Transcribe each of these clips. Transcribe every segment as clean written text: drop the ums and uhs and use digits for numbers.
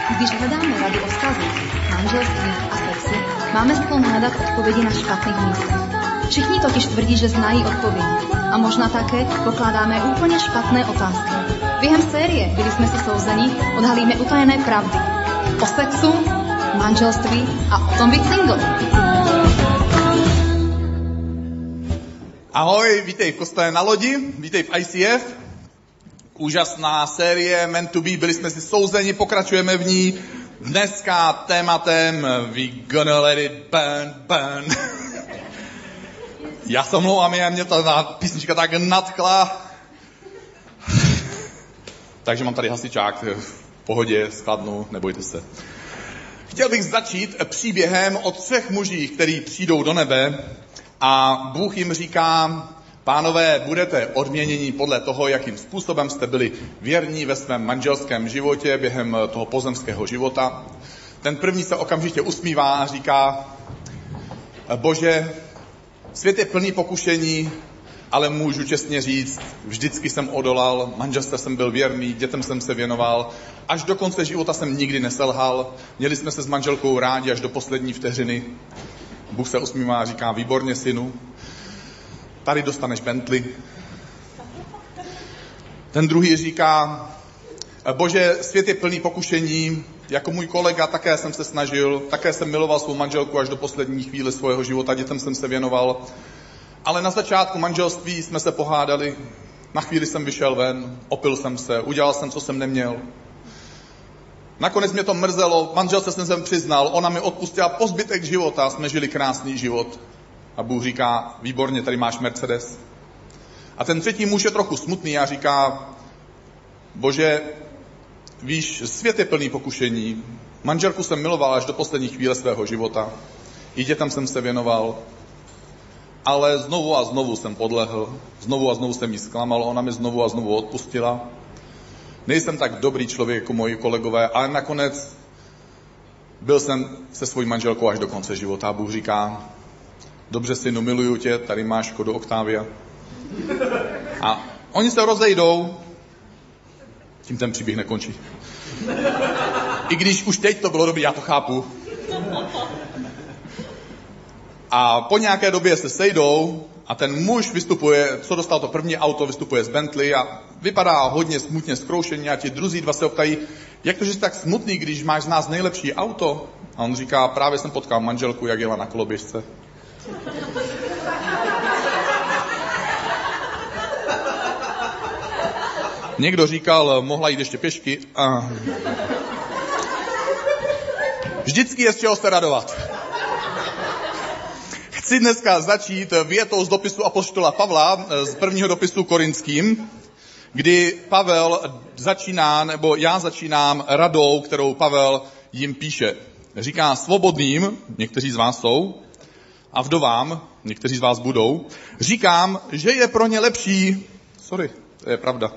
Když hledáme rady o vztazích, manželství a sexu, máme sklon hledat odpovědi na špatných místech. Všichni totiž tvrdí, že znají odpovědi. A možná také pokládáme úplně špatné otázky. Během série Byli jsme si souzeni odhalíme utajené pravdy. O sexu, manželství a o tom být single. Ahoj, vítej v kostele Na lodi, vítej v ICF. Úžasná série Meant to be, byli jsme si souzeni, pokračujeme v ní. Dneska tématem We gonna let it burn, burn. Já se omlouvám, mě ta písnička tak nadchla. Takže mám tady hasičák, v pohodě, skladnu, nebojte se. Chtěl bych začít příběhem o 3 mužích, kteří přijdou do nebe a Bůh jim říká: pánové, budete odměněni podle toho, jakým způsobem jste byli věrní ve svém manželském životě během toho pozemského života. Ten první se okamžitě usmívá a říká: Bože, svět je plný pokušení, ale můžu čestně říct, vždycky jsem odolal, manželství jsem byl věrný, dětem jsem se věnoval, až do konce života jsem nikdy neselhal, měli jsme se s manželkou rádi až do poslední vteřiny. Bůh se usmívá a říká: výborně, synu, tady dostaneš Bentley. Ten druhý říká: Bože, svět je plný pokušení, jako můj kolega také jsem se snažil, také jsem miloval svou manželku až do poslední chvíle svého života, dětem jsem se věnoval, ale na začátku manželství jsme se pohádali, na chvíli jsem vyšel ven, opil jsem se, udělal jsem, co jsem neměl. Nakonec mě to mrzelo, manželce jsem se přiznal, ona mi odpustila, po zbytek života jsme žili krásný život. A Bůh říká: výborně, tady máš Mercedes. A ten třetí muž je trochu smutný a říká: Bože, víš, svět je plný pokušení, manželku jsem miloval až do poslední chvíle svého života, i dětem jsem se věnoval, ale znovu a znovu jsem podlehl, znovu a znovu jsem jí zklamal, ona mi znovu a znovu odpustila. Nejsem tak dobrý člověk jako moji kolegové, ale nakonec byl jsem se svojí manželkou až do konce života. A Bůh říká: dobře, synu, miluju tě, tady máš Škodu Octavia. A oni se rozejdou, tím ten příběh nekončí. I když už teď to bylo dobrý, já to chápu. A po nějaké době se sejdou a ten muž vystupuje, co dostal to první auto, vystupuje z Bentley a vypadá hodně smutně zkroušený a ti druzí dva se optají: jak to, že jsi tak smutný, když máš z nás nejlepší auto? A on říká: právě jsem potkal manželku, jak jela na koloběžce. Někdo říkal, mohla jít ještě pěšky. Vždycky je z čeho se radovat. Chci dneska začít větou z dopisu apoštola Pavla, z prvního dopisu Korinským, kdy Pavel začíná, nebo já začínám radou, kterou Pavel jim píše. Říká svobodným, někteří z vás jsou, a vdovám, někteří z vás budou, říkám, že je pro ně lepší, to je pravda,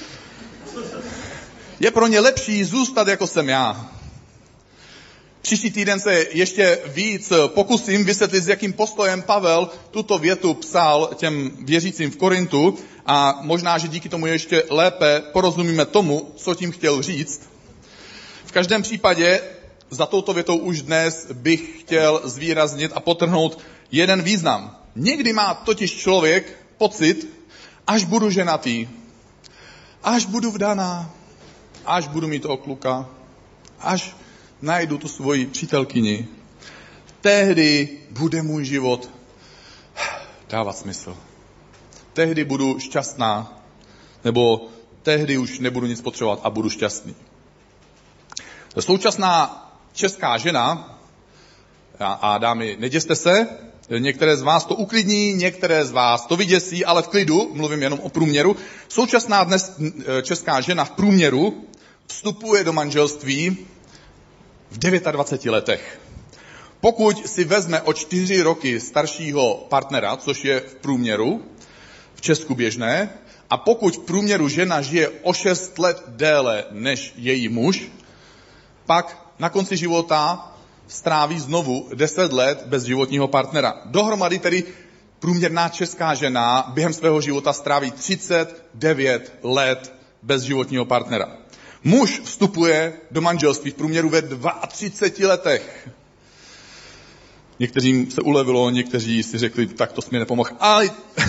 je pro ně lepší zůstat, jako jsem já. Příští týden se ještě víc pokusím vysvětlit, s jakým postojem Pavel tuto větu psal těm věřícím v Korintu a možná, že díky tomu ještě lépe porozumíme tomu, co tím chtěl říct. V každém případě za touto větou už dnes bych chtěl zvýraznit a podtrhnout jeden význam. Někdy má totiž člověk pocit, až budu ženatý, až budu vdaná, až budu mít toho kluka, až najdu tu svoji přítelkyni, tehdy bude můj život dávat smysl. Tehdy budu šťastná, nebo tehdy už nebudu nic potřebovat a budu šťastný. Současná česká žena, a dámy, neděste se, některé z vás to uklidní, některé z vás to vyděsí, ale v klidu, mluvím jenom o průměru. Současná dnes česká žena v průměru vstupuje do manželství v 29 letech. Pokud si vezme o 4 roky staršího partnera, což je v průměru v Česku běžné, a pokud v průměru žena žije o 6 let déle než její muž, pak na konci života stráví znovu 10 let bez životního partnera. Dohromady tedy průměrná česká žena během svého života stráví 39 let bez životního partnera. Muž vstupuje do manželství v průměru ve 32 letech. Některým se ulevilo, někteří si řekli, tak to jsi mi nepomohl. Ale...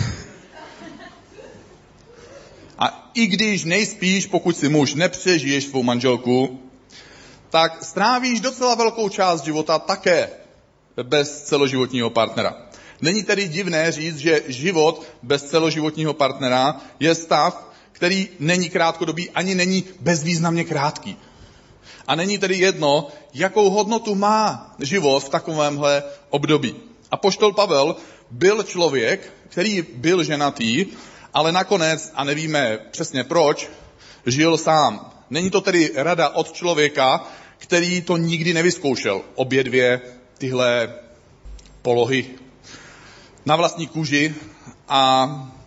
A i když nejspíš, pokud si muž nepřežiješ svou manželku, tak strávíš docela velkou část života také bez celoživotního partnera. Není tedy divné říct, že život bez celoživotního partnera je stav, který není krátkodobý, ani není bezvýznamně krátký. A není tedy jedno, jakou hodnotu má život v takovémhle období. Apoštol Pavel byl člověk, který byl ženatý, ale nakonec, a nevíme přesně proč, žil sám. Není to tedy rada od člověka, který to nikdy nevyzkoušel. Obě dvě tyhle polohy na vlastní kůži a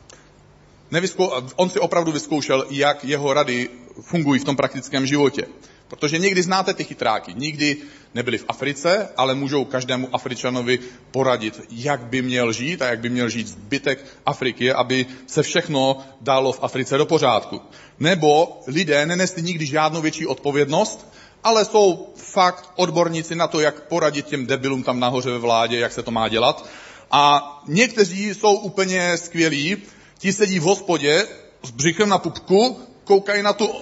on si opravdu vyzkoušel, jak jeho rady fungují v tom praktickém životě. Protože někdy znáte ty chytráky, nikdy nebyli v Africe, ale můžou každému Afričanovi poradit, jak by měl žít a jak by měl žít zbytek Afriky, aby se všechno dalo v Africe do pořádku. Nebo lidé nenesli nikdy žádnou větší odpovědnost, ale jsou fakt odborníci na to, jak poradit těm debilům tam nahoře ve vládě, jak se to má dělat. A někteří jsou úplně skvělí, ti sedí v hospodě s břichem na pupku, koukají na tu...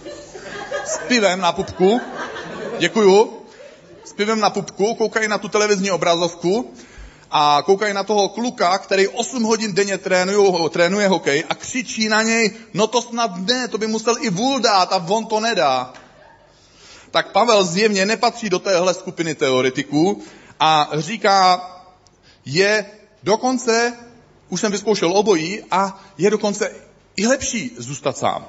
s pivem na pupku, děkuju, s pivem na pupku, koukají na tu televizní obrazovku a koukají na toho kluka, který 8 hodin denně trénuje hokej a křičí na něj, no to snad ne, to by musel i vůl dát a on to nedá. Tak Pavel zjevně nepatří do téhle skupiny teoretiků a říká, je dokonce, už jsem vyzkoušel obojí a je dokonce i lepší zůstat sám.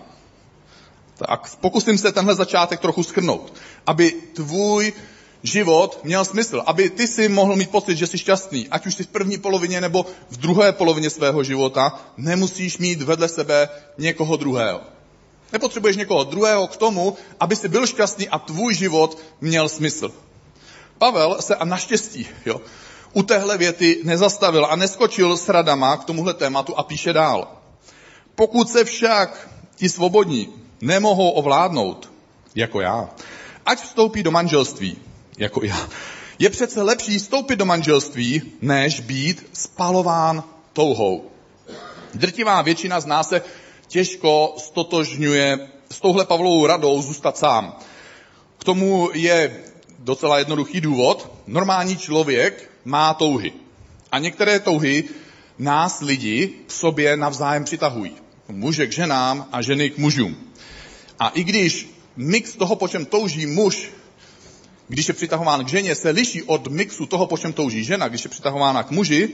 Tak pokusím se tenhle začátek trochu shrnout, aby tvůj život měl smysl, aby ty si mohl mít pocit, že jsi šťastný, ať už jsi v první polovině nebo v druhé polovině svého života, nemusíš mít vedle sebe někoho druhého. Nepotřebuješ někoho druhého k tomu, aby si byl šťastný a tvůj život měl smysl. Pavel se a naštěstí u téhle věty nezastavil a neskočil s radama k tomuhle tématu a píše dál. Pokud se však ti svobodní nemohou ovládnout, jako já, ať vstoupí do manželství, jako já. Je přece lepší vstoupit do manželství, než být spalován touhou. Drtivá většina z nás se těžko stotožňuje s touhle Pavlovou radou zůstat sám. K tomu je docela jednoduchý důvod. Normální člověk má touhy. A některé touhy nás lidi v sobě navzájem přitahují. Muže k ženám a ženy k mužům. A i když mix toho, po čem touží muž, když je přitahován k ženě, se liší od mixu toho, po čem touží žena, když je přitahována k muži,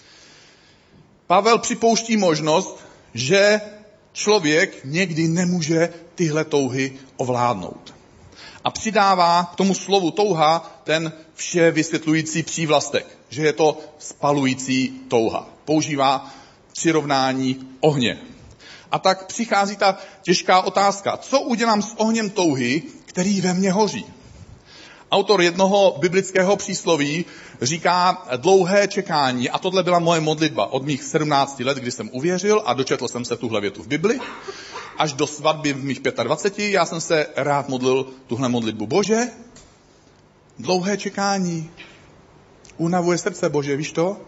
Pavel připouští možnost, že člověk někdy nemůže tyhle touhy ovládnout. A přidává k tomu slovu touha ten vše vysvětlující přívlastek, že je to spalující touha. Používá přirovnání ohně. A tak přichází ta těžká otázka. Co udělám s ohněm touhy, který ve mně hoří? Autor jednoho biblického přísloví říká dlouhé čekání, a tohle byla moje modlitba od mých 17 let, kdy jsem uvěřil a dočetl jsem se tuhle větu v Bibli. Až do svatby v mých 25, já jsem se rád modlil tuhle modlitbu. Bože, dlouhé čekání, unavuje srdce, Bože, víš to?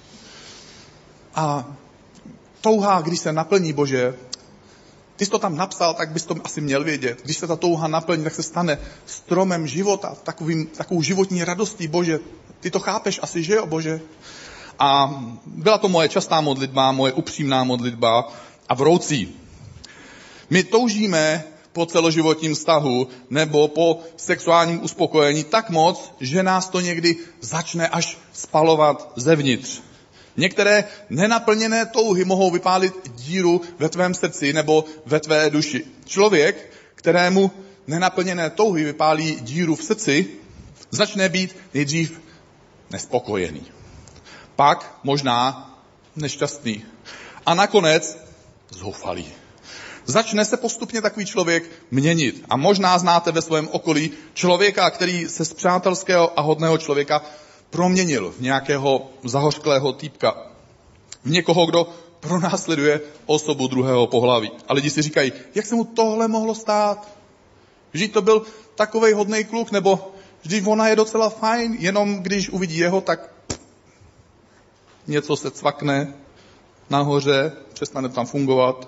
A touha, když se naplní, Bože, ty jsi to tam napsal, tak bys to asi měl vědět. Když se ta touha naplní, tak se stane stromem života, takovou životní radostí, Bože. Ty to chápeš asi, že jo, Bože? A byla to moje častá modlitba, moje upřímná modlitba a vroucí. My toužíme po celoživotním vztahu nebo po sexuálním uspokojení tak moc, že nás to někdy začne až spalovat zevnitř. Některé nenaplněné touhy mohou vypálit díru ve tvém srdci nebo ve tvé duši. Člověk, kterému nenaplněné touhy vypálí díru v srdci, začne být nejdřív nespokojený. Pak možná nešťastný. A nakonec zoufalý. Začne se postupně takový člověk měnit. A možná znáte ve svém okolí člověka, který se z přátelského a hodného člověka proměnil v nějakého zahořklého týpka. V někoho, kdo pronásleduje osobu druhého pohlaví. A lidi si říkají, jak se mu tohle mohlo stát? Vždyť to byl takovej hodnej kluk, nebo vždyť ona je docela fajn, jenom když uvidí jeho, tak něco se cvakne nahoře, přestane tam fungovat.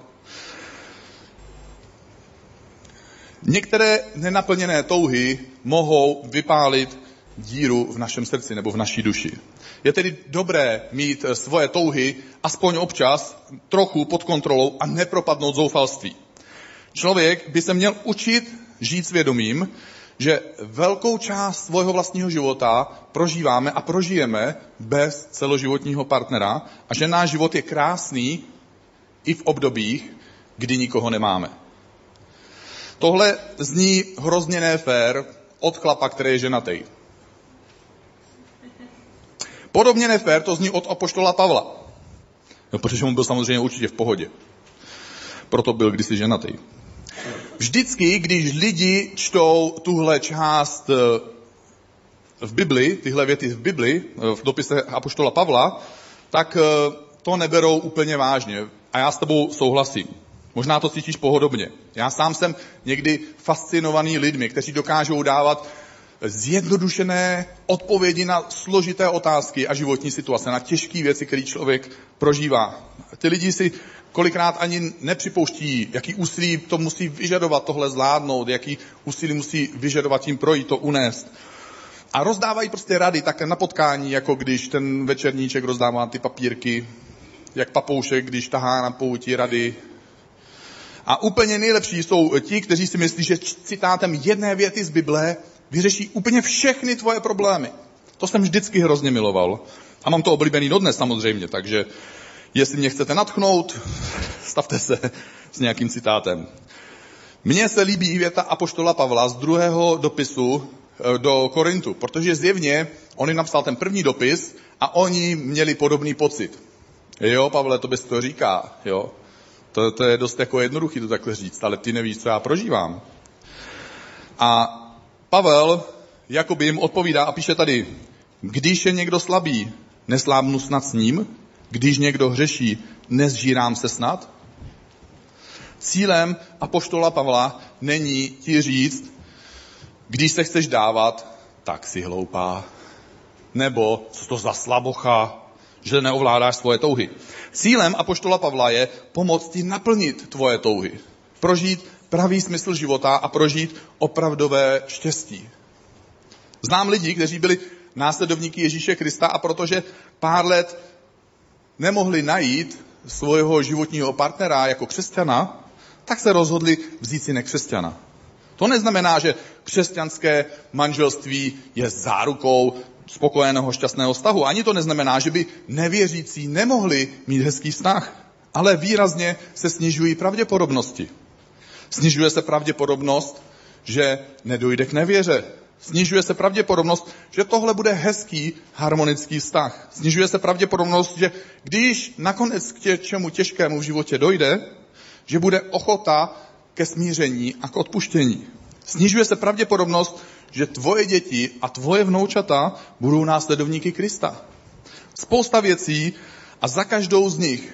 Některé nenaplněné touhy mohou vypálit díru v našem srdci nebo v naší duši. Je tedy dobré mít svoje touhy aspoň občas trochu pod kontrolou a nepropadnout zoufalství. Člověk by se měl učit žít svědomím, že velkou část svého vlastního života prožíváme a prožijeme bez celoživotního partnera a že náš život je krásný i v obdobích, kdy nikoho nemáme. Tohle zní hrozně nefér od chlapa, který je ženatej. Podobně nefér to zní od apoštola Pavla. No, protože on byl samozřejmě určitě v pohodě. Proto byl kdysi ženatej. Vždycky, když lidi čtou tuhle část v Bibli, tyhle věty v Bibli, v dopise apoštola Pavla, tak to neberou úplně vážně. A já s tebou souhlasím. Možná to cítíš podobně. Já sám jsem někdy fascinovaný lidmi, kteří dokážou dávat zjednodušené odpovědi na složité otázky a životní situace, na těžké věci, které člověk prožívá. Ty lidi si kolikrát ani nepřipouští, jaký úsilí to musí vyžadovat tohle zvládnout, jaký úsilí musí vyžadovat tím projít, to unést. A rozdávají prostě rady tak na potkání, jako když ten večerníček rozdává ty papírky, jak papoušek, když tahá na pouti rady. A úplně nejlepší jsou ti, kteří si myslí, že citátem jedné věty z Bible vyřeší úplně všechny tvoje problémy. To jsem vždycky hrozně miloval. A mám to oblíbený dodnes samozřejmě, takže jestli mě chcete nadchnout, stavte se s nějakým citátem. Mně se líbí věta apoštola Pavla z 2. dopisu do Korintu, protože zjevně on jim napsal ten první dopis a oni měli podobný pocit. Jo, Pavle, to bys to říká, jo. To je dost jako jednoduchý to takhle říct, ale ty nevíš, co já prožívám. A Pavel jakoby jim odpovídá a píše tady, když je někdo slabý, neslábnu snad s ním, když někdo hřeší, nezžírám se snad. Cílem apoštola Pavla není ti říct, když se chceš dávat, tak si hloupá. Nebo co to za slabocha, že neovládáš svoje touhy. Cílem apoštola Pavla je pomoct ti naplnit tvoje touhy. Prožít pravý smysl života a prožít opravdové štěstí. Znám lidi, kteří byli následovníky Ježíše Krista a protože pár let nemohli najít svého životního partnera jako křesťana, tak se rozhodli vzít si nekřesťana. To neznamená, že křesťanské manželství je zárukou spokojeného, šťastného vztahu. Ani to neznamená, že by nevěřící nemohli mít hezký vztah, ale výrazně se snižují pravděpodobnosti. Snižuje se pravděpodobnost, že nedojde k nevěře. Snižuje se pravděpodobnost, že tohle bude hezký, harmonický vztah. Snižuje se pravděpodobnost, že když nakonec k něčemu těžkému v životě dojde, že bude ochota ke smíření a k odpuštění. Snižuje se pravděpodobnost, že tvoje děti a tvoje vnoučata budou následovníky Krista. Spousta věcí a za každou z nich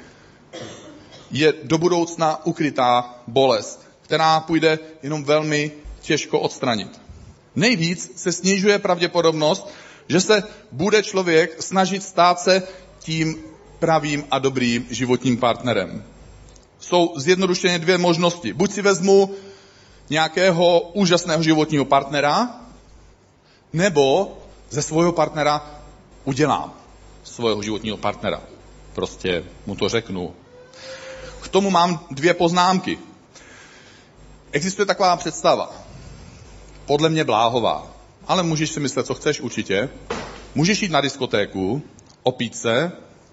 je do budoucna ukrytá bolest, která půjde jenom velmi těžko odstranit. Nejvíc se snižuje pravděpodobnost, že se bude člověk snažit stát se tím pravým a dobrým životním partnerem. Jsou zjednodušeně dvě možnosti. Buď si vezmu nějakého úžasného životního partnera, nebo ze svého partnera udělám svého životního partnera. Prostě mu to řeknu. K tomu mám dvě poznámky. Existuje taková představa, podle mě bláhová, ale můžeš si myslet, co chceš určitě. Můžeš jít na diskotéku, opít se,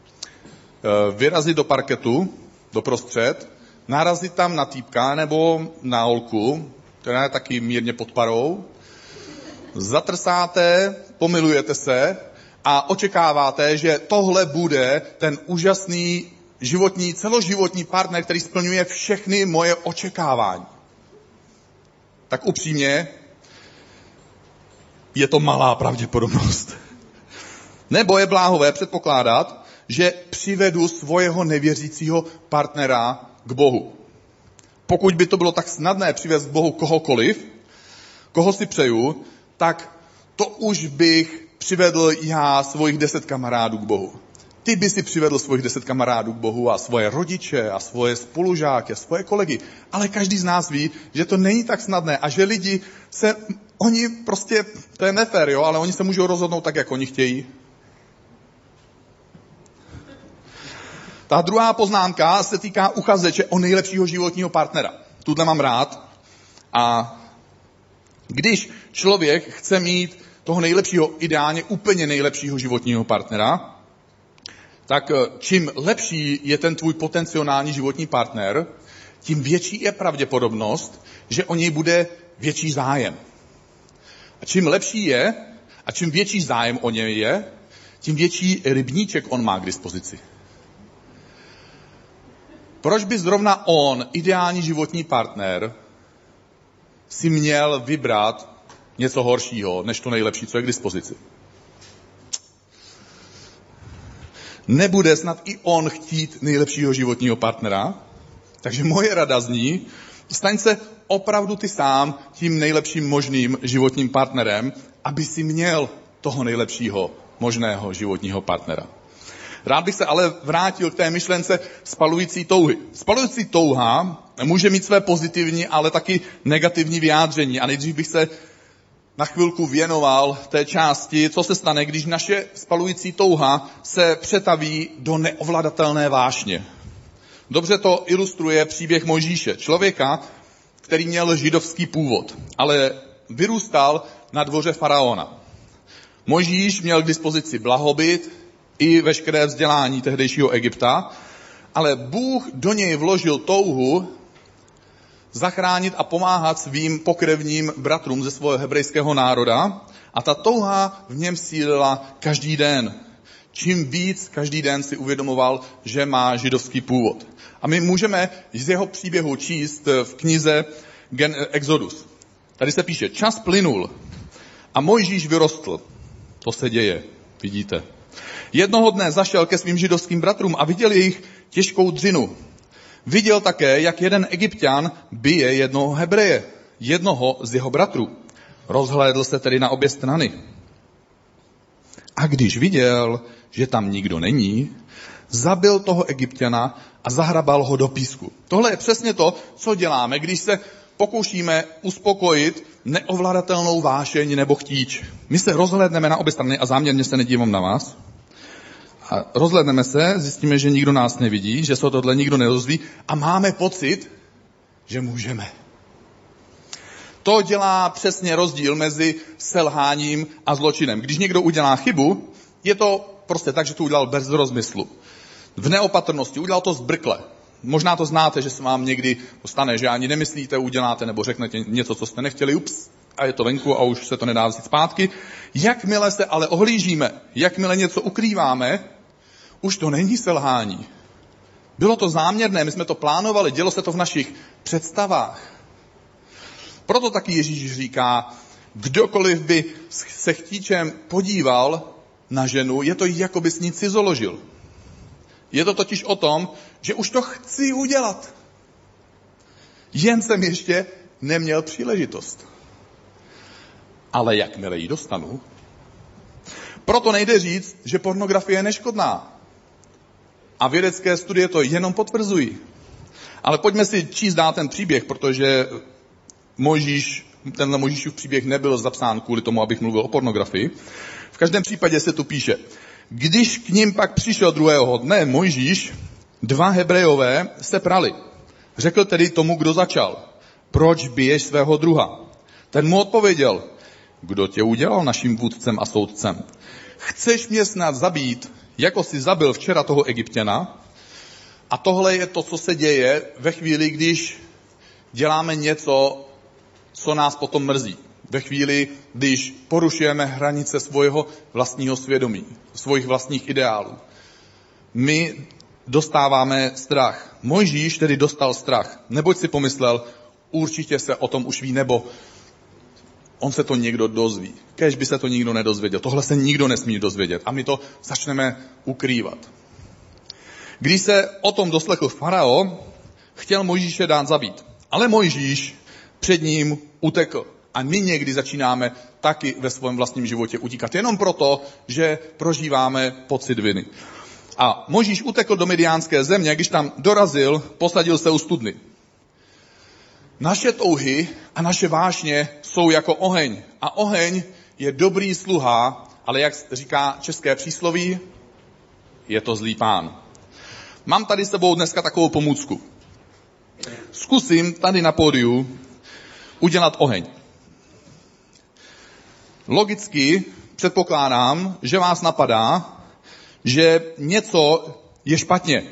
vyrazit do parketu, doprostřed, narazit tam na týpka nebo na holku, která je taky mírně pod parou, zatrsáte, pomilujete se a očekáváte, že tohle bude ten úžasný životní, celoživotní partner, který splňuje všechny moje očekávání. Tak upřímně, je to malá pravděpodobnost. Nebo je bláhové předpokládat, že přivedu svého nevěřícího partnera k Bohu. Pokud by to bylo tak snadné přivést k Bohu kohokoliv, koho si přeju, tak to už bych přivedl já svojich 10 kamarádů k Bohu. Ty by si přivedl svojich 10 kamarádů k Bohu a svoje rodiče a svoje spolužáky a svoje kolegy. Ale každý z nás ví, že to není tak snadné a že lidi oni prostě, to je nefér, jo, ale oni se můžou rozhodnout tak, jak oni chtějí. Ta druhá poznámka se týká uchazeče o nejlepšího životního partnera. Tuhle mám rád. A když člověk chce mít toho nejlepšího, ideálně úplně nejlepšího životního partnera, tak čím lepší je ten tvůj potenciální životní partner, tím větší je pravděpodobnost, že o něj bude větší zájem. A čím lepší je a čím větší zájem o něj je, tím větší rybníček on má k dispozici. Proč by zrovna on, ideální životní partner, si měl vybrat něco horšího, než to nejlepší, co je k dispozici? Nebude snad i on chtít nejlepšího životního partnera? Takže moje rada zní, staň se opravdu ty sám tím nejlepším možným životním partnerem, aby si měl toho nejlepšího možného životního partnera. Rád bych se ale vrátil k té myšlence spalující touhy. Spalující touha může mít své pozitivní, ale taky negativní vyjádření. A nejdřív bych se na chvilku věnoval té části, co se stane, když naše spalující touha se přetaví do neovladatelné vášně. Dobře to ilustruje příběh Mojžíše, člověka, který měl židovský původ, ale vyrůstal na dvoře faraona. Mojžíš měl k dispozici blahobyt i veškeré vzdělání tehdejšího Egypta, ale Bůh do něj vložil touhu zachránit a pomáhat svým pokrevním bratrům ze svého hebrejského národa a ta touha v něm sílila každý den. Čím víc každý den si uvědomoval, že má židovský původ. A my můžeme z jeho příběhu číst v knize Exodus. Tady se píše, čas plynul a Mojžíš vyrostl. To se děje, vidíte. Jednoho dne zašel ke svým židovským bratrům a viděl jejich těžkou dřinu. Viděl také, jak jeden Egypťan bije jednoho Hebreje, jednoho z jeho bratrů. Rozhlédl se tedy na obě strany. A když viděl, že tam nikdo není, zabil toho Egypťana a zahrabal ho do písku. Tohle je přesně to, co děláme, když se pokoušíme uspokojit neovladatelnou vášeň nebo chtíč. My se rozhlédneme na obě strany a záměrně se nedívám na vás. A rozhlédneme se, zjistíme, že nikdo nás nevidí, že se tohle nikdo nedozví a máme pocit, že můžeme. To dělá přesně rozdíl mezi selháním a zločinem. Když někdo udělá chybu, je to prostě tak, že to udělal bez rozmyslu. V neopatrnosti, udělal to zbrkle. Možná to znáte, že se vám někdy stane, že ani nemyslíte, uděláte nebo řeknete něco, co jste nechtěli, ups, a je to venku a už se to nedá vzít zpátky. Jakmile se ale ohlížíme, jakmile něco ukrýváme, už to není selhání. Bylo to záměrné, my jsme to plánovali, dělo se to v našich představách. Proto taky Ježíš říká, kdokoliv by se chtíčem podíval na ženu, je to jako by s ní cizoložil. Je to totiž o tom, že už to chci udělat. Jen jsem ještě neměl příležitost. Ale jakmile ji dostanu, proto nejde říct, že pornografie je neškodná. A vědecké studie to jenom potvrzují. Ale pojďme si číst dál ten příběh, protože tenhle Mojžíšův příběh nebyl zapsán kvůli tomu, abych mluvil o pornografii. V každém případě se tu píše, když k ním pak přišel druhého dne Mojžíš, 2 Hebrejové se prali. Řekl tedy tomu, kdo začal, proč biješ svého druha? Ten mu odpověděl, kdo tě udělal naším vůdcem a soudcem? Chceš mě snad zabít, jako jsi zabil včera toho Egypťana? A tohle je to, co se děje ve chvíli, když děláme něco, co nás potom mrzí. Ve chvíli, když porušujeme hranice svého vlastního svědomí, svých vlastních ideálů. My dostáváme strach. Mojžíš tedy dostal strach, neboť si pomyslel, určitě se o tom už ví, nebo on se to někdo dozví. Kéž by se to nikdo nedozvěděl. Tohle se nikdo nesmí dozvědět. A my to začneme ukrývat. Když se o tom doslechl farao, chtěl Mojžíše dát zabít. Ale Mojžíš před ním utekl A my někdy začínáme taky ve svém vlastním životě utíkat. Jenom proto, že prožíváme pocit viny. A Mojžíš utekl do Midiánské země, když tam dorazil, posadil se u studny. Naše touhy a naše vášně jsou jako oheň. A oheň je dobrý sluha, ale jak říká české přísloví, je to zlý pán. Mám tady s sebou dneska takovou pomůcku. Zkusím tady na pódiu udělat oheň. Logicky předpokládám, že vás napadá, že něco je špatně.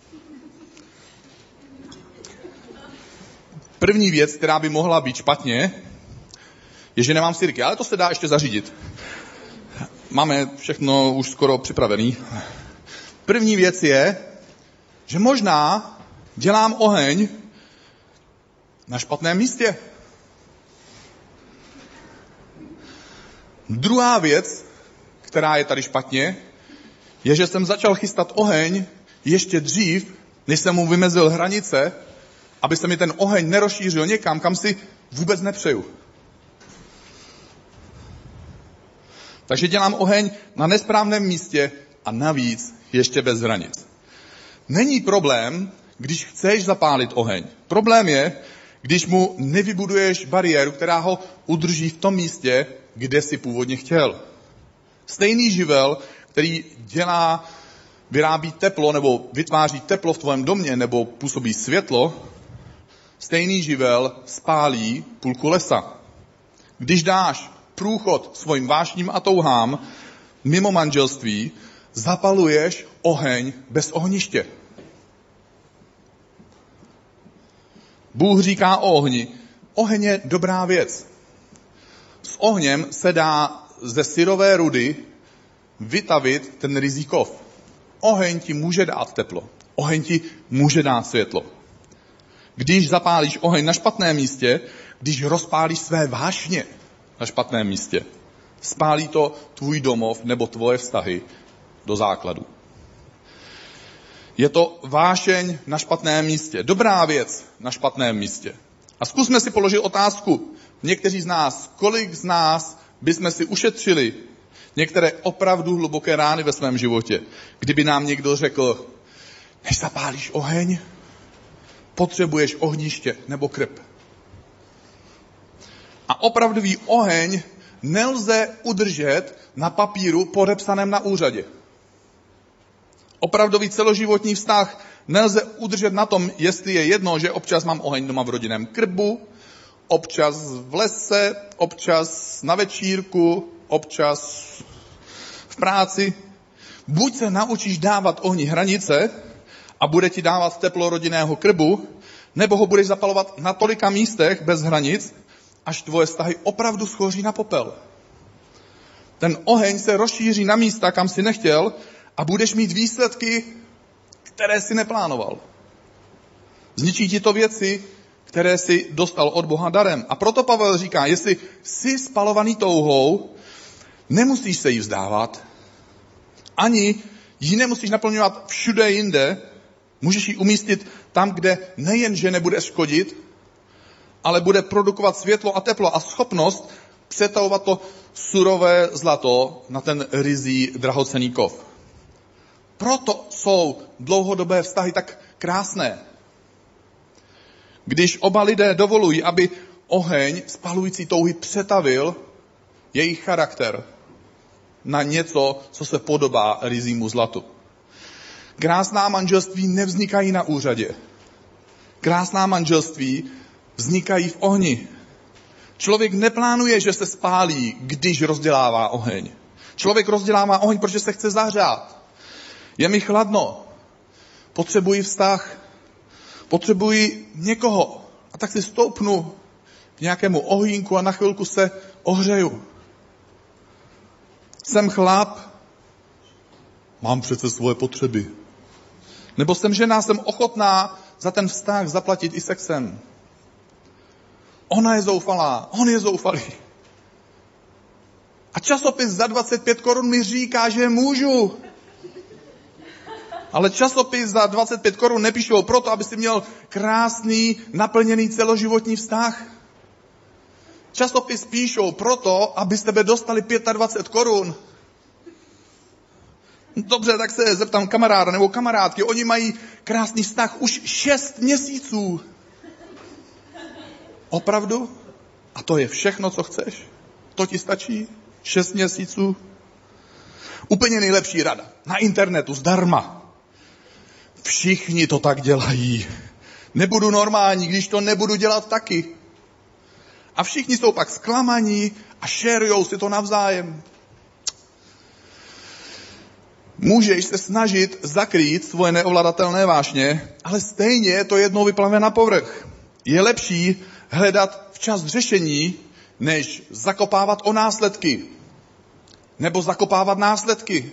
První věc, která by mohla být špatně, je, že nemám sirky, ale to se dá ještě zařídit. Máme všechno už skoro připravený. První věc je, že možná dělám oheň na špatném místě. Druhá věc, která je tady špatně, je, že jsem začal chystat oheň ještě dřív, než jsem mu vymezil hranice, aby se mi ten oheň nerozšířil někam, kam si vůbec nepřeju. Takže dělám oheň na nesprávném místě a navíc ještě bez hranic. Není problém, když chceš zapálit oheň. Problém je, když mu nevybuduješ bariéru, která ho udrží v tom místě, kde jsi původně chtěl. Stejný živel, který vyrábí teplo nebo vytváří teplo v tvém domě nebo působí světlo, stejný živel spálí půlku lesa. Když dáš průchod svým vášním a touhám mimo manželství, zapaluješ oheň bez ohniště. Bůh říká o ohni. Oheň je dobrá věc. S ohněm se dá ze syrové rudy vytavit ten ryzí kov. Oheň ti může dát teplo. Oheň ti může dát světlo. Když zapálíš oheň na špatném místě, když rozpálíš své vášně na špatném místě, spálí to tvůj domov nebo tvoje vztahy do základu. Je to vášeň na špatném místě. Dobrá věc na špatném místě. A zkusme si položit otázku. Někteří z nás, kolik z nás bychom si ušetřili některé opravdu hluboké rány ve svém životě, kdyby nám někdo řekl, než zapálíš oheň, potřebuješ ohniště nebo krb. A opravdový oheň nelze udržet na papíru podepsaném na úřadě. Opravdový celoživotní vztah nelze udržet na tom, jestli je jedno, že občas mám oheň doma v rodinném krbu, občas v lese, občas na večírku, občas v práci. Buď se naučíš dávat ohni hranice a bude ti dávat teplo rodinného krbu, nebo ho budeš zapalovat na tolika místech bez hranic, až tvoje vztahy opravdu schoří na popel. Ten oheň se rozšíří na místa, kam si nechtěl, a budeš mít výsledky, které si neplánoval. Zničí ti to věci, které si dostal od Boha darem. A proto Pavel říká, jestli jsi spalovaný touhou, nemusíš se jí vzdávat, ani ji nemusíš naplňovat všude jinde, můžeš ji umístit tam, kde nejen, že nebude škodit, ale bude produkovat světlo a teplo a schopnost přetahovat to surové zlato na ten ryzí drahocenný kov. Proto jsou dlouhodobé vztahy tak krásné. Když oba lidé dovolují, aby oheň spalující touhy přetavil jejich charakter na něco, co se podobá ryzímu zlatu. Krásná manželství nevznikají na úřadě. Krásná manželství vznikají v ohni. Člověk neplánuje, že se spálí, když rozdělává oheň. Člověk rozdělává oheň, protože se chce zahřát. Je mi chladno. Potřebuji vztah. Potřebuji někoho. A tak si stoupnu k nějakému ohýnku a na chvilku se ohřeju. Jsem chlap. Mám přece svoje potřeby. Nebo jsem žena, jsem ochotná za ten vztah zaplatit i sexem. Ona je zoufalá, on je zoufalý. A časopis za 25 korun mi říká, že můžu. Ale časopis za 25 korun nepíšou proto, aby si měl krásný, naplněný celoživotní vztah. Časopis píšou proto, aby z tebe dostali 25 korun. Dobře, tak se zeptám kamaráda nebo kamarádky. Oni mají krásný vztah už 6 měsíců. Opravdu? A to je všechno, co chceš? To ti stačí? 6 měsíců? Úplně nejlepší rada. Na internetu, zdarma. Všichni to tak dělají. Nebudu normální, když to nebudu dělat taky. A všichni jsou pak zklamaní a šerujou si to navzájem. Můžeš se snažit zakrýt svoje neovladatelné vášně, ale stejně to jednou vyplave na povrch. Je lepší hledat včas řešení, než zakopávat o následky. Nebo zakopávat následky.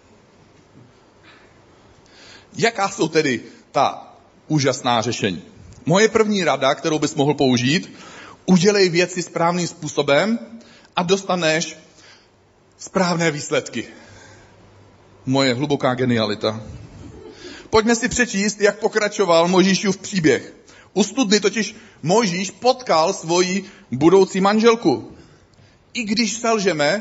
Jaká jsou tedy ta úžasná řešení? Moje první rada, kterou bys mohl použít, udělej věci správným způsobem a dostaneš správné výsledky. Moje hluboká genialita. Pojďme si přečíst, jak pokračoval Mojžíšův příběh. U studny totiž Mojžíš potkal svoji budoucí manželku. I když selžeme,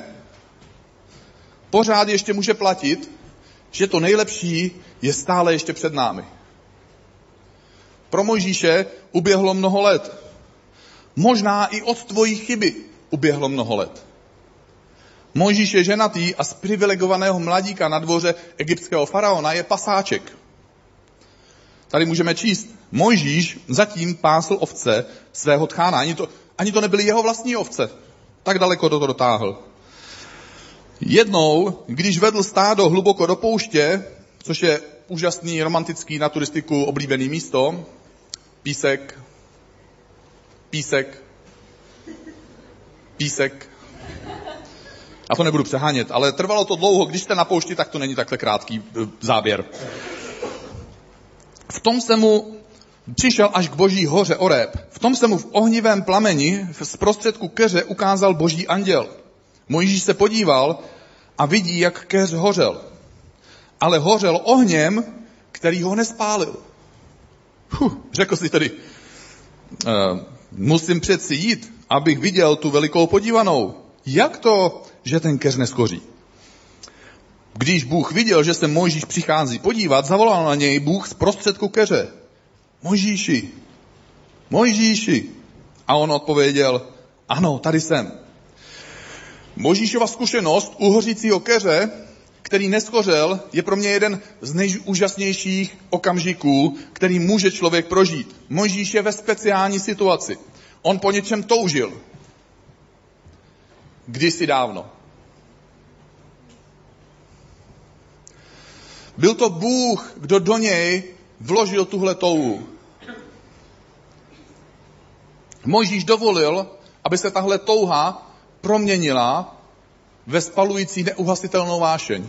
pořád ještě může platit, že to nejlepší je stále ještě před námi. Pro Mojžíše uběhlo mnoho let. Možná i od tvojí chyby uběhlo mnoho let. Mojžíš je ženatý a z privilegovaného mladíka na dvoře egyptského faraona je pasáček. Tady můžeme číst, Mojžíš zatím pásl ovce svého tchána. Ani to nebyly jeho vlastní ovce. Tak daleko to dotáhl. Jednou, když vedl stádo hluboko do pouště, což je úžasný, romantický, na turistiku oblíbený místo, písek, a to nebudu přehánět, ale trvalo to dlouho, když jste na poušti, tak to není takhle krátký záběr. V tom se mu přišel až k boží hoře Oreb. V tom se mu v ohnivém plameni z prostředku keře ukázal boží anděl. Mojžíš se podíval a vidí, jak keř hořel. Ale hořel ohněm, který ho nespálil. Řekl si tedy, musím přeci jít, abych viděl tu velikou podívanou. Jak to, že ten keř neschoří? Když Bůh viděl, že se Mojžíš přichází podívat, zavolal na něj Bůh z prostředku keře. Mojžíši. A on odpověděl, ano, tady jsem. Mojžíšova zkušenost u hořícího keře, který neschořel, je pro mě jeden z nejúžasnějších okamžiků, který může člověk prožít. Mojžíš je ve speciální situaci. On po něčem toužil. Kdysi dávno. Byl to Bůh, kdo do něj vložil tuhle touhu. Mojžíš dovolil, aby se tahle touha proměnila ve spalující neuhasitelnou vášeň.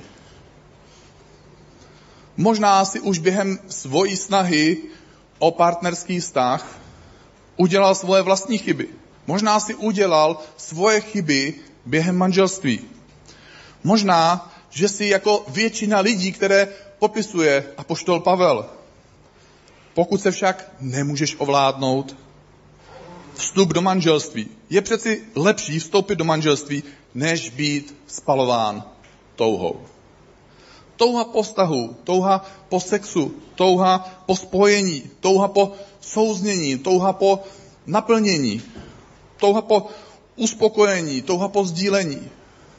Možná si už během svojí snahy o partnerský vztah udělal svoje vlastní chyby. Možná si udělal svoje chyby během manželství. Možná, že si jako většina lidí, které popisuje apoštol Pavel. Pokud se však nemůžeš ovládnout, vstup do manželství. Je přeci lepší vstoupit do manželství, než být spalován touhou. Touha po vztahu, touha po sexu, touha po spojení, touha po souznění, touha po naplnění, touha po uspokojení, touha po sdílení.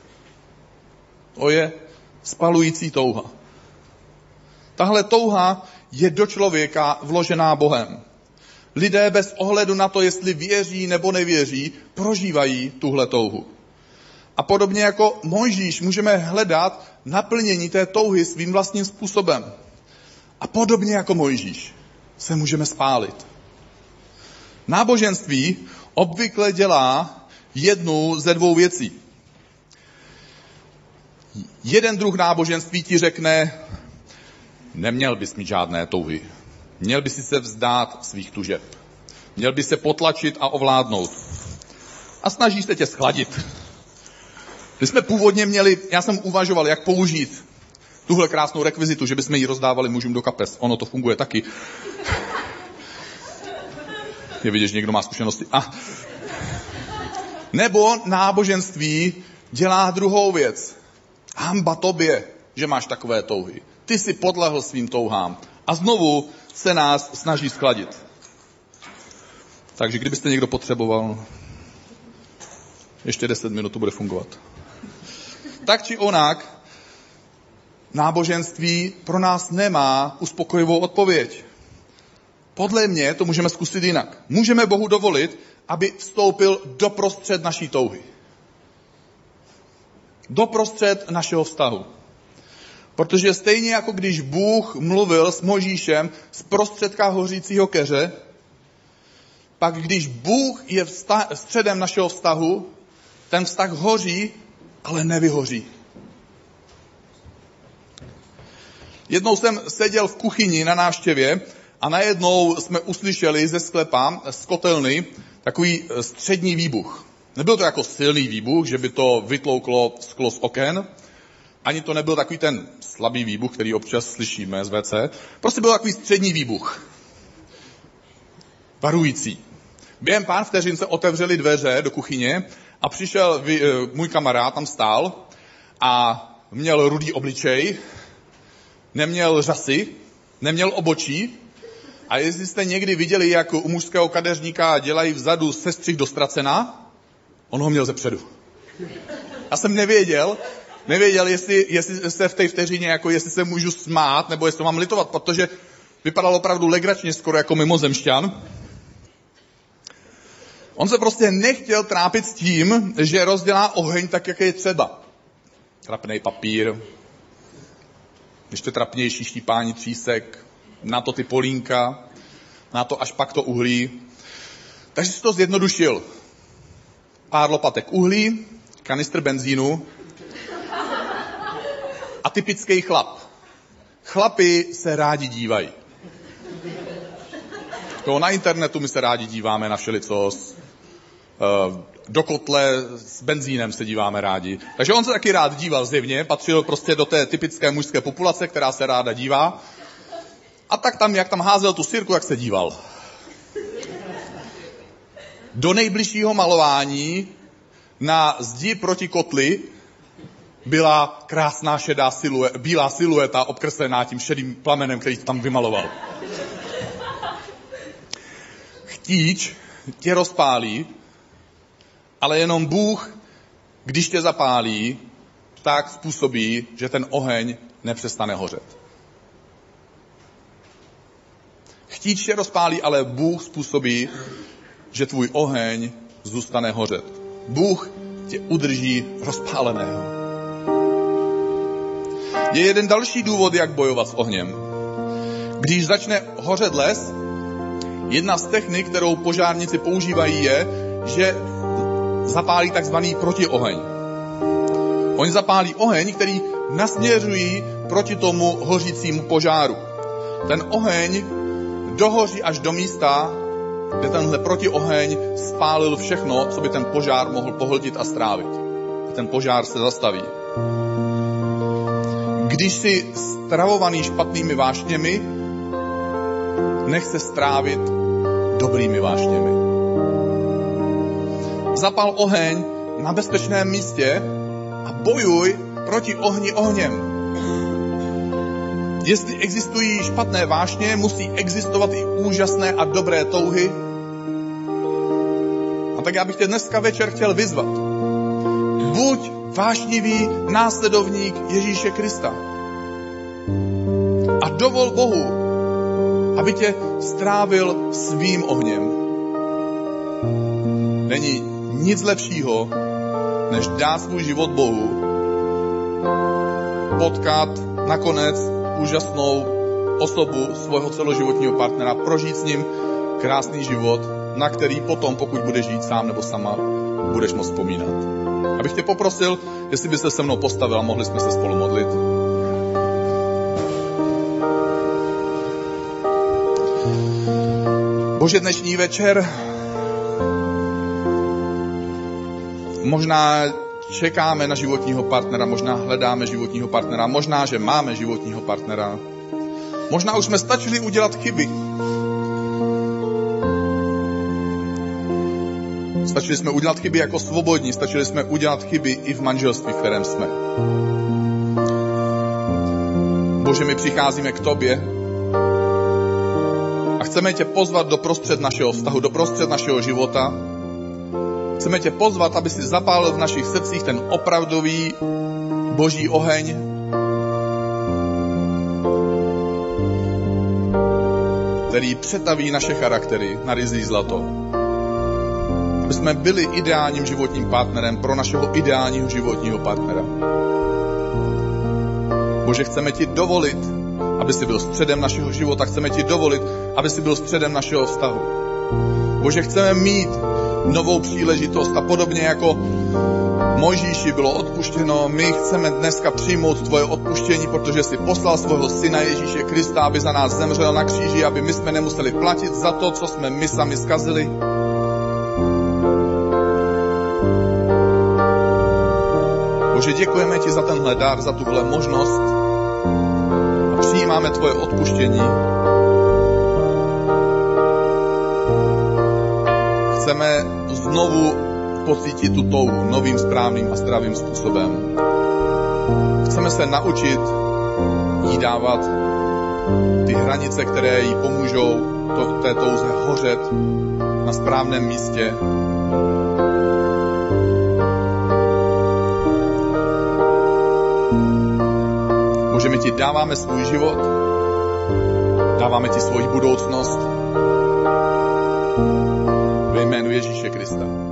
To je spalující touha. Tahle touha je do člověka vložená Bohem. Lidé bez ohledu na to, jestli věří nebo nevěří, prožívají tuhle touhu. A podobně jako Mojžíš můžeme hledat naplnění té touhy svým vlastním způsobem. A podobně jako Mojžíš se můžeme spálit. Náboženství obvykle dělá jednu ze dvou věcí. Jeden druh náboženství ti řekne, neměl bys mít žádné touhy. Měl by si se vzdát svých tužeb. Měl by se potlačit a ovládnout. A snaží se tě schladit. My jsme původně měli, já jsem uvažoval, jak použít tuhle krásnou rekvizitu, že bychom ji rozdávali mužům do kapes. Ono to funguje taky. Je vidět, že někdo má zkušenosti. Nebo náboženství dělá druhou věc. Hanba tobě, že máš takové touhy. Ty jsi podlehl svým touhám. A znovu se nás snaží schladit. Takže kdybyste někdo potřeboval, ještě 10 minut to bude fungovat. Tak či onak, náboženství pro nás nemá uspokojivou odpověď. Podle mě to můžeme zkusit jinak. Můžeme Bohu dovolit, aby vstoupil doprostřed naší touhy. Doprostřed našeho vztahu. Protože stejně jako když Bůh mluvil s Mojžíšem z prostředka hořícího keře, pak když Bůh je středem našeho vztahu, ten vztah hoří, ale nevyhoří. Jednou jsem seděl v kuchyni na návštěvě a najednou jsme uslyšeli ze sklepa, z kotelny, takový střední výbuch. Nebyl to jako silný výbuch, že by to vytlouklo sklo z oken, ani to nebyl takový ten slabý výbuch, který občas slyšíme z WC. Prostě byl takový střední výbuch. Varující. Během pár vteřin se otevřely dveře do kuchyně a přišel můj kamarád, tam stál a měl rudý obličej, neměl řasy, neměl obočí a jestli jste někdy viděli, jak u mužského kadeřníka dělají vzadu sestřih do ztracena, on ho měl zepředu. Já jsem nevěděl, jestli se v té vteřině, jako jestli se můžu smát, nebo jestli to mám litovat, protože vypadal opravdu legračně, skoro jako mimozemšťan. On se prostě nechtěl trápit s tím, že rozdělá oheň tak, jak je třeba. Trapnej papír, ještě trapnější štípání třísek, na to ty polínka, na to až pak to uhlí. Takže si to zjednodušil. Pár lopatek uhlí, kanistr benzínu a typický chlap. Chlapi se rádi dívají. To na internetu my se rádi díváme na všelicos. Do kotle s benzínem se díváme rádi. Takže on se taky rád díval zjevně, patřil prostě do té typické mužské populace, která se ráda dívá. A tak tam, jak tam házel tu sirku, tak se díval. Do nejbližšího malování na zdi proti kotli byla krásná bílá silueta obkreslená tím šedým plamenem, který tam vymaloval. Chtíč tě rozpálí, ale jenom Bůh, když tě zapálí, tak způsobí, že ten oheň nepřestane hořet. Chtíč tě rozpálí, ale Bůh způsobí, že tvůj oheň zůstane hořet. Bůh tě udrží rozpáleného. Je jeden další důvod, jak bojovat s ohněm. Když začne hořet les, jedna z technik, kterou požárníci používají, je, že zapálí takzvaný protioheň. Oni zapálí oheň, který nasměřují proti tomu hořícímu požáru. Ten oheň dohoří až do místa, kde tenhle protioheň spálil všechno, co by ten požár mohl pohltit a strávit. A ten požár se zastaví. Když jsi stravovaný špatnými vášněmi, nech se strávit dobrými vášněmi. Zapal oheň na bezpečném místě a bojuj proti ohni ohněm. Jestli existují špatné vášně, musí existovat i úžasné a dobré touhy. A tak já bych tě dneska večer chtěl vyzvat. Buď vášnivý následovník Ježíše Krista. A dovol Bohu, aby tě strávil svým ohněm. Není nic lepšího, než dát svůj život Bohu, potkat nakonec úžasnou osobu svého celoživotního partnera, prožít s ním krásný život, na který potom, pokud budeš žít sám nebo sama, budeš moct vzpomínat. Abych tě poprosil, jestli byste se mnou postavil a mohli jsme se spolu modlit. Bože, dnešní večer možná čekáme na životního partnera, možná hledáme životního partnera, možná, že máme životního partnera. Možná už jsme stačili udělat chyby. Stačili jsme udělat chyby jako svobodní, stačili jsme udělat chyby i v manželství, v kterém jsme. Bože, my přicházíme k tobě a chceme tě pozvat do prostřed našeho vztahu, do prostřed našeho života. Chceme tě pozvat, aby si zapálil v našich srdcích ten opravdový boží oheň, který přetaví naše charaktery na ryzí zlato. Aby jsme byli ideálním životním partnerem pro našeho ideálního životního partnera. Bože, chceme ti dovolit, aby jsi byl středem našeho života, chceme ti dovolit, aby jsi byl středem našeho vztahu. Bože, chceme mít novou příležitost a podobně jako Mojžíši bylo odpuštěno, my chceme dneska přijmout tvoje odpuštění, protože jsi poslal svého syna Ježíše Krista, aby za nás zemřel na kříži, aby my jsme nemuseli platit za to, co jsme my sami zkazili. Bože, děkujeme ti za tenhle dar, za tuhle možnost a přijímáme tvoje odpuštění. Chceme znovu pocítit tu touhu novým, správným a zdravým způsobem. Chceme se naučit jí dávat ty hranice, které jí pomůžou té touze hořet na správném místě. Bože, my ti dáváme svůj život, dáváme ti svoji budoucnost ve jménu Ježíše Krista.